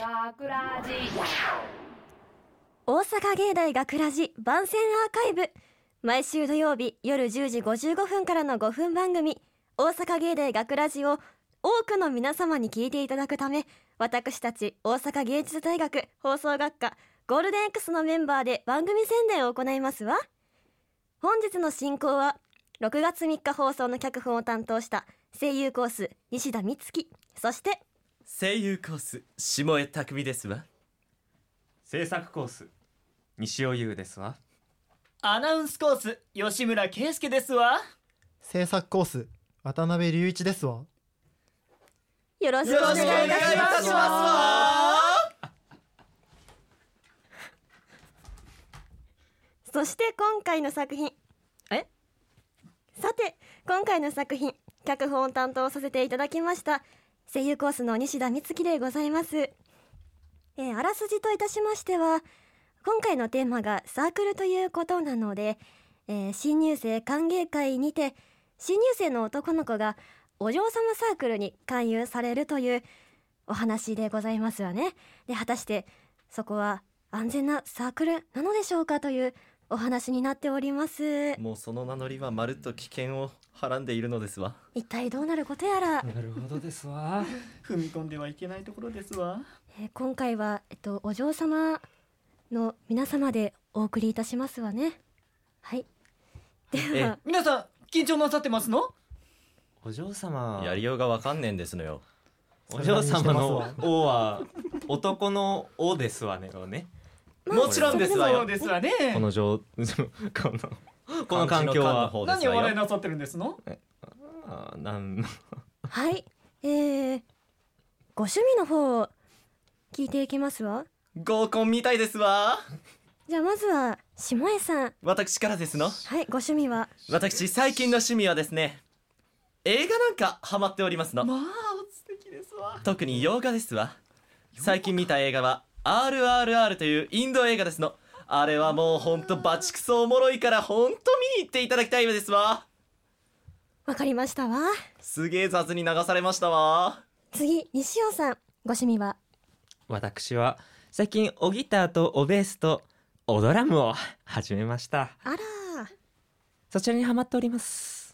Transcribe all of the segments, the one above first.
学ラジ大阪芸大学ラジ番宣アーカイブ、毎週土曜日夜10時55分からの5分番組大阪芸大学ラジを多くの皆様に聞いていただくため、私たち大阪芸術大学放送学科ゴールデン X のメンバーで番組宣伝を行いますわ。本日の進行は6月3日放送の脚本を担当した声優コース西田美月、そして声優コース下江匠ですわ。 制作コース西尾優ですわ。 アナウンスコース吉村圭介ですわ。 制作コース渡辺隆一ですわ。 よろしくお願いいたしますわ。そして今回の作品脚本を担当させていただきました声優コースの西田美月でございます。あらすじといたしましては、今回のテーマがサークルということなので、新入生歓迎会にて新入生の男の子がお嬢様サークルに勧誘されるというお話でございますわね。で、果たしてそこは安全なサークルなのでしょうかというお話になっております。 もうその名乗りはまるっと危険をはらんでいるのですわ。 一体どうなることやら。 なるほどですわ。 踏み込んではいけないところですわ。 今回は、お嬢様の皆様でお送りいたしますわね。はい。では皆さん緊張なさってますの？ お嬢様、 やりようがわかんねえんですのよ。 お嬢様の王は男の王ですわね。 もちろんですわよ。 そうですわね。 この環境は何を笑いなさってるんですの？ はい、ご趣味の方を聞いていきますわ。 合コンみたいですわ。 じゃあまずは下江さん。 私からですの。 はい、ご趣味は？ 私最近の趣味はですね、映画なんかハマっておりますの。 まあ素敵ですわ。 特に洋画ですわ。最近見た映画は RRR というインド映画ですの。あれはもうほんとバチクソおもろいからほんと見に行っていただきたいですわ。 わかりましたわ。 すげえ雑に流されましたわ。 次、西尾さん、ご趣味は？ 私は最近おギターとおベースとおドラムを始めました。 あら、 そちらにハマっております。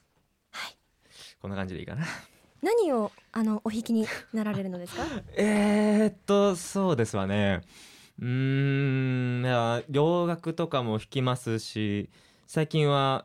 はい。 こんな感じでいいかな。 何をお弾きになられるのですか？ そうですわね。いや洋楽とかも弾きますし、最近は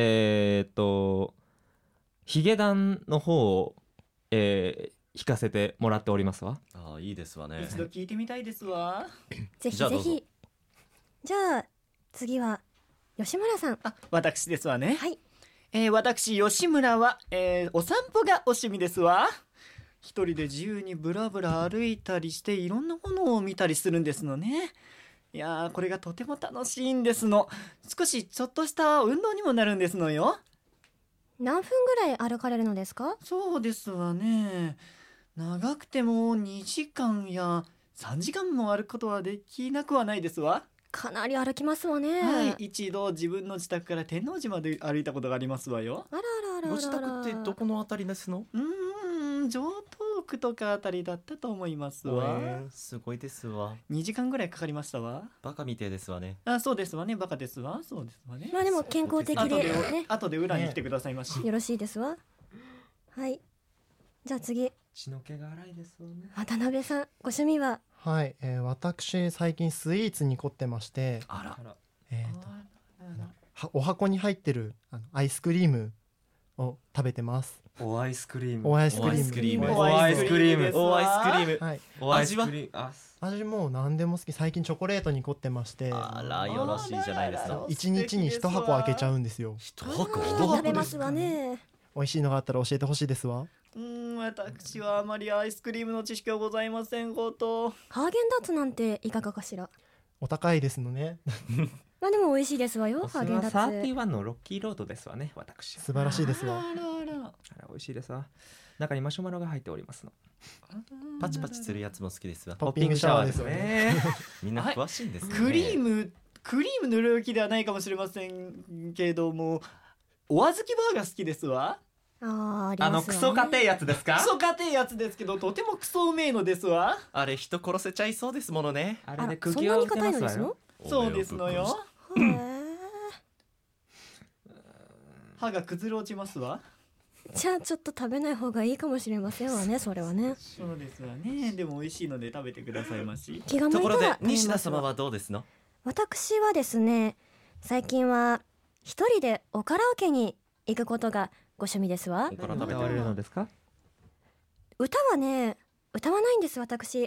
ヒゲダンの方を、弾かせてもらっておりますわ。 ああ、いいですわね。 一度聞いてみたいですわ。 ぜひぜひ。じゃあ次は吉村さん。 私ですわね。 はい。 私吉村は、お散歩がお趣味ですわ。一人で自由にブラブラ歩いたりしていろんなものを見たりするんですのね。いやー、これがとても楽しいんですの。少しちょっとした運動にもなるんですのよ。 何分ぐらい歩かれるのですか？ そうですわね。長くても2時間や3時間も歩くことはできなくはないですわ。 かなり歩きますわね。 はい、一度自分の自宅から天王寺まで歩いたことがありますわよ。 あらあらあらあら。 ご自宅ってどこのあたりですの？ 城東区とかあたりだったと思いますわ。 すごいですわ。 2時間ぐらいかかりましたわ。 バカみてえですわね。 そうですわね、バカですわ。そうですわね。 まあでも健康的でね。 後で裏に来てくださいまし。 よろしいですわ。はい。じゃあ次。 血の気が荒いですわね。 渡辺さん、ご趣味は？ はい、私最近スイーツに凝ってまして、お箱に入ってるアイスクリームを食べてます。 おアイスクリーム。 おアイスクリーム。 おアイスクリーム。 おアイスクリーム。 はい。 味は？ 味も何でも好き。最近チョコレートに凝ってまして。 あら、よろしいじゃないですか。 1日に1箱開けちゃうんですよ。 1箱食べますわね。 美味しいのがあったら教えてほしいですわ。 私はあまりアイスクリームの知識はございませんこと。 ハーゲンダッツなんていかがかしら？ お高いですのね。 まあでも美味しいですわよ。ハーゲンダッツ。 31のロッキーロードですわね、私。 素晴らしいですわ。 あら美味しいですわ。中にマシュマロが入っておりますの。 パチパチするやつも好きですわ。 ポッピングシャワーですね。 みんな詳しいんですね。 クリーム塗る気ではないかもしれませんけれども、おあずきバーが好きですわ。 ありますわね。 クソ家庭やつですか？ クソ家庭やつですけどとてもクソうめえのですわ。 あれ人殺せちゃいそうですものね。 あれでそんなに釘を打て硬いのですのますわよ。 そうですのよ。 へー歯が崩れ落ちますわ。 じゃあちょっと食べない方がいいかもしれませんわね、それはね。 そうですわね。でも美味しいので食べてくださいまし。 気が向ところでいたら食べますわ。 西田様はどうですの？ 私はですね、最近は一人でおカラオケに行くことがご趣味ですわ。 おから食べ歌われてるるのですか？ 歌はね、歌わないんです私。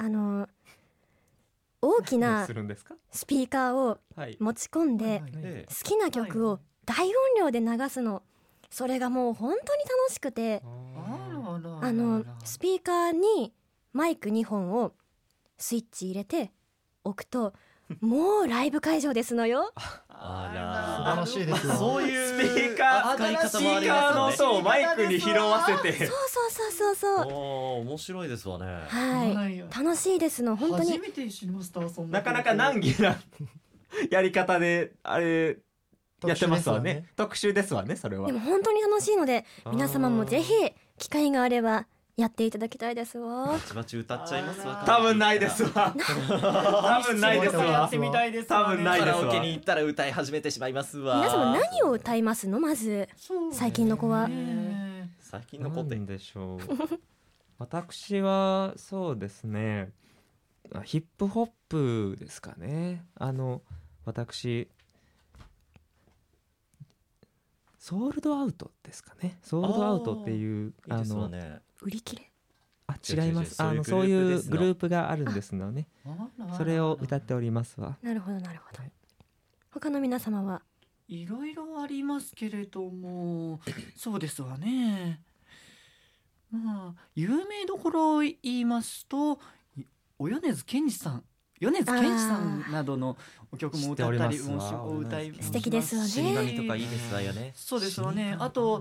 大きどうなするんですか？ スピーカーをはい。 持ち込んではいええ好きな曲を大音量で流すの。それがもう本当に楽しくて、スピーカーにマイク2本をスイッチ入れて置くともうライブ会場ですのよ。 あら素晴らしいですよ。 そういうスピーカー扱い方スピもありーカーのますよね。 音をマイクに拾わせてそうそうそうそうそう。 おー面白いですわね。 はい、楽しいですの本当に。 初めて知りました。そんななかなか難儀なやり方であれやってますわね。特殊ですわね、それはで。も本当に楽しいのであー皆様もぜひ機会があればやっていただきたいですわ。 バチバチ歌っちゃいますわ。 多分ないですわ。多分ないですわやって。みたいですわね。 多分ないですわカラオケに行ったら歌い始めてしまいますわ。 皆様何を歌いますの？まずそう最近の子は。 ね最近の子ってなんでしょう。私はそうですね。ヒップホップですかね。私ソールドアウトですかね。ソールドアウトっていういいですわね。 売り切れ。 違います。 違うそういうグループプがあるんですのね。それを歌っておりますわ。 なるほどなるほど、 はい他の皆様は？ いろいろありますけれどもそうですわね。まあ有名どころを言いますと米津玄師さんなどのお曲も歌ったり知っておりますわお歌い素敵ですわね死神とかいいですわよね。 そうですわね。あと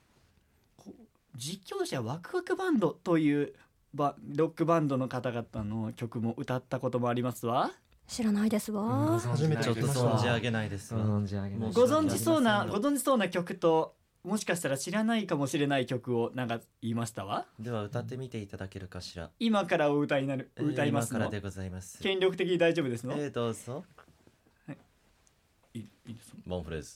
実況者ワクワクバンドというロックバンドの方々の曲も歌ったこともありますわ。 知らないですわ。 初めてちょっと存じ上げないですわ。 存じ上げない。 ご存知そうなご曲ともしかしたら知らないかもしれない曲をなんか言いましたわ。 では歌ってみていただけるかしら。 今からお歌いますの。 今からでございます。 権力的に大丈夫ですの？ どうぞ。 いいですボンフレーズ。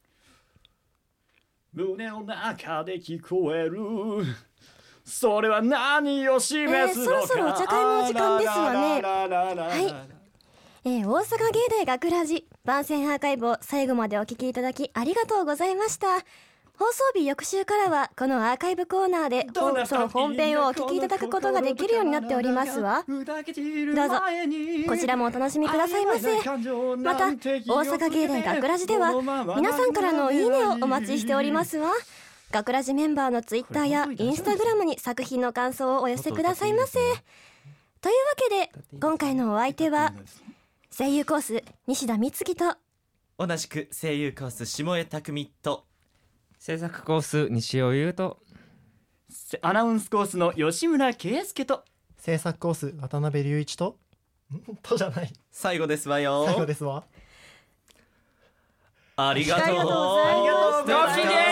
胸の中で聞こえるそれは何を示すのか、 そろそろお茶会のお時間ですわね。大阪芸大学ラジ番宣アーカイブを最後までお聞きいただきありがとうございました。放送日翌週からはこのアーカイブコーナーで本編をお聞きいただくことができるようになっておりますわ。どうぞこちらもお楽しみくださいませ。また大阪芸大学ラジでは皆さんからのいいねをお待ちしておりますわ。学ラジメンバーのツイッターやインスタグラムに作品の感想をお寄せくださいませ。というわけで今回のお相手は声優コース西田美月と同じく声優コース下江匠と制作コース西尾優とアナウンスコースの吉村圭介と制作コース渡辺隆一ととじゃない最後ですわよ。 最後ですわ。 ありがとう。 ありがとうございますごきげんよう。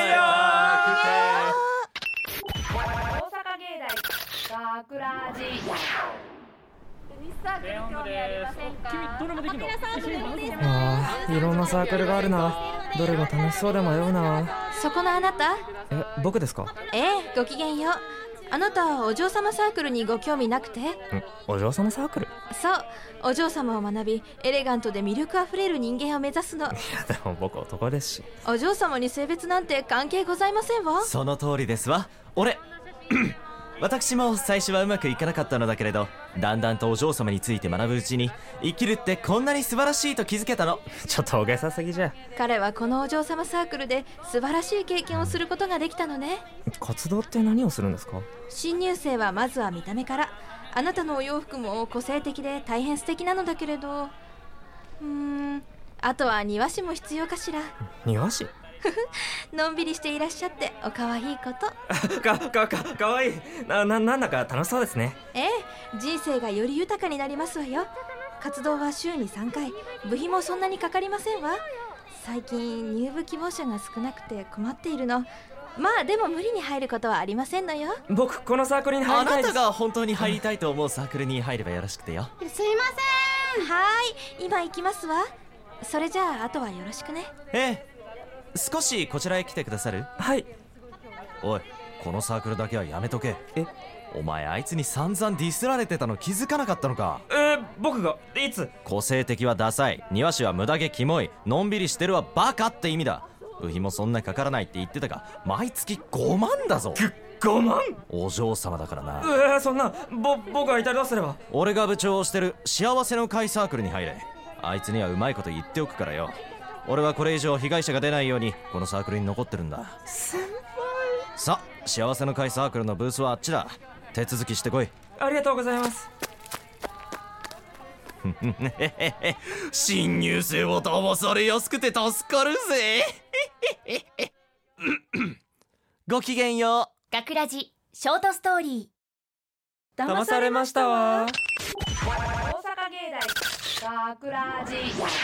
大阪芸大学ラジミスサークル興味ありませんか？君どれもできるの？ ああ、いろんなサークルがあるな。どれも楽しそうで迷うな。 そこのあなた？ 僕ですか？ ええ、ごきげんよう。あなたはお嬢様サークルにご興味なくて？ お嬢様サークル？ そう、お嬢様を学びエレガントで魅力あふれる人間を目指すの。 いやでも僕男ですし。 お嬢様に性別なんて関係ございませんわ。 その通りですわ。私も最初はうまくいかなかったのだけれど、だんだんとお嬢様について学ぶうちに生きるってこんなに素晴らしいと気づけたの。 ちょっと大げさすぎじゃ。 彼はこのお嬢様サークルで素晴らしい経験をすることができたのね。 活動って何をするんですか？ 新入生はまずは見た目から。あなたのお洋服も個性的で大変素敵なのだけれど、あとは庭師も必要かしら。 庭師？ のんびりしていらっしゃっておかわいいこと。 かわいい。なんだか楽しそうですね。 ええ、人生がより豊かになりますわよ。活動は週に3回、部費もそんなにかかりませんわ。最近入部希望者が少なくて困っているの。 まあでも無理に入ることはありませんのよ。 僕このサークルに入あなりたいです。 たが本当に入りたいと思うサークルに入ればよろしくてよ。 すいません。はい、今行きますわ。それじゃああとはよろしくね。 ええ、少しこちらへ来てくださる？ はい。 おい、このサークルだけはやめとけ。 え、 お前あいつに散々ディスられてたの気づかなかったのか？ 僕がいつ？ 個性的はダサい、庭師は無駄毛キモい、のんびりしてるはバカって意味だ。部費もそんなかからないって言ってたが、毎月5万だぞ。 5万？ お嬢様だからな。 そんな、僕がいたりどうすれば。 俺が部長をしてる幸せの会サークルに入れ。あいつにはうまいこと言っておくからよ。俺はこれ以上被害者が出ないようにこのサークルに残ってるんだ。 先輩。 さあ、幸せの会サークルのブースはあっちだ。手続きしてこい。 ありがとうございます。 新入生を騙されやすくて助かるぜ。ごきげんよう。 学ラジショートストーリー。 騙されましたわ。 大阪芸大学ラジ。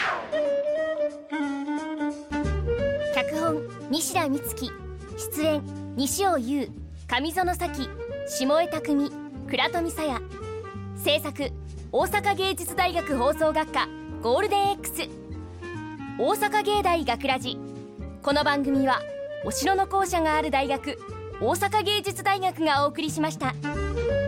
脚本西田美月、出演西尾優、上園咲、下江匠、倉富沙耶。制作大阪芸術大学放送学科ゴールデン X。 大阪芸大学ラジ。この番組はお城の校舎がある大学大阪芸術大学がお送りしました。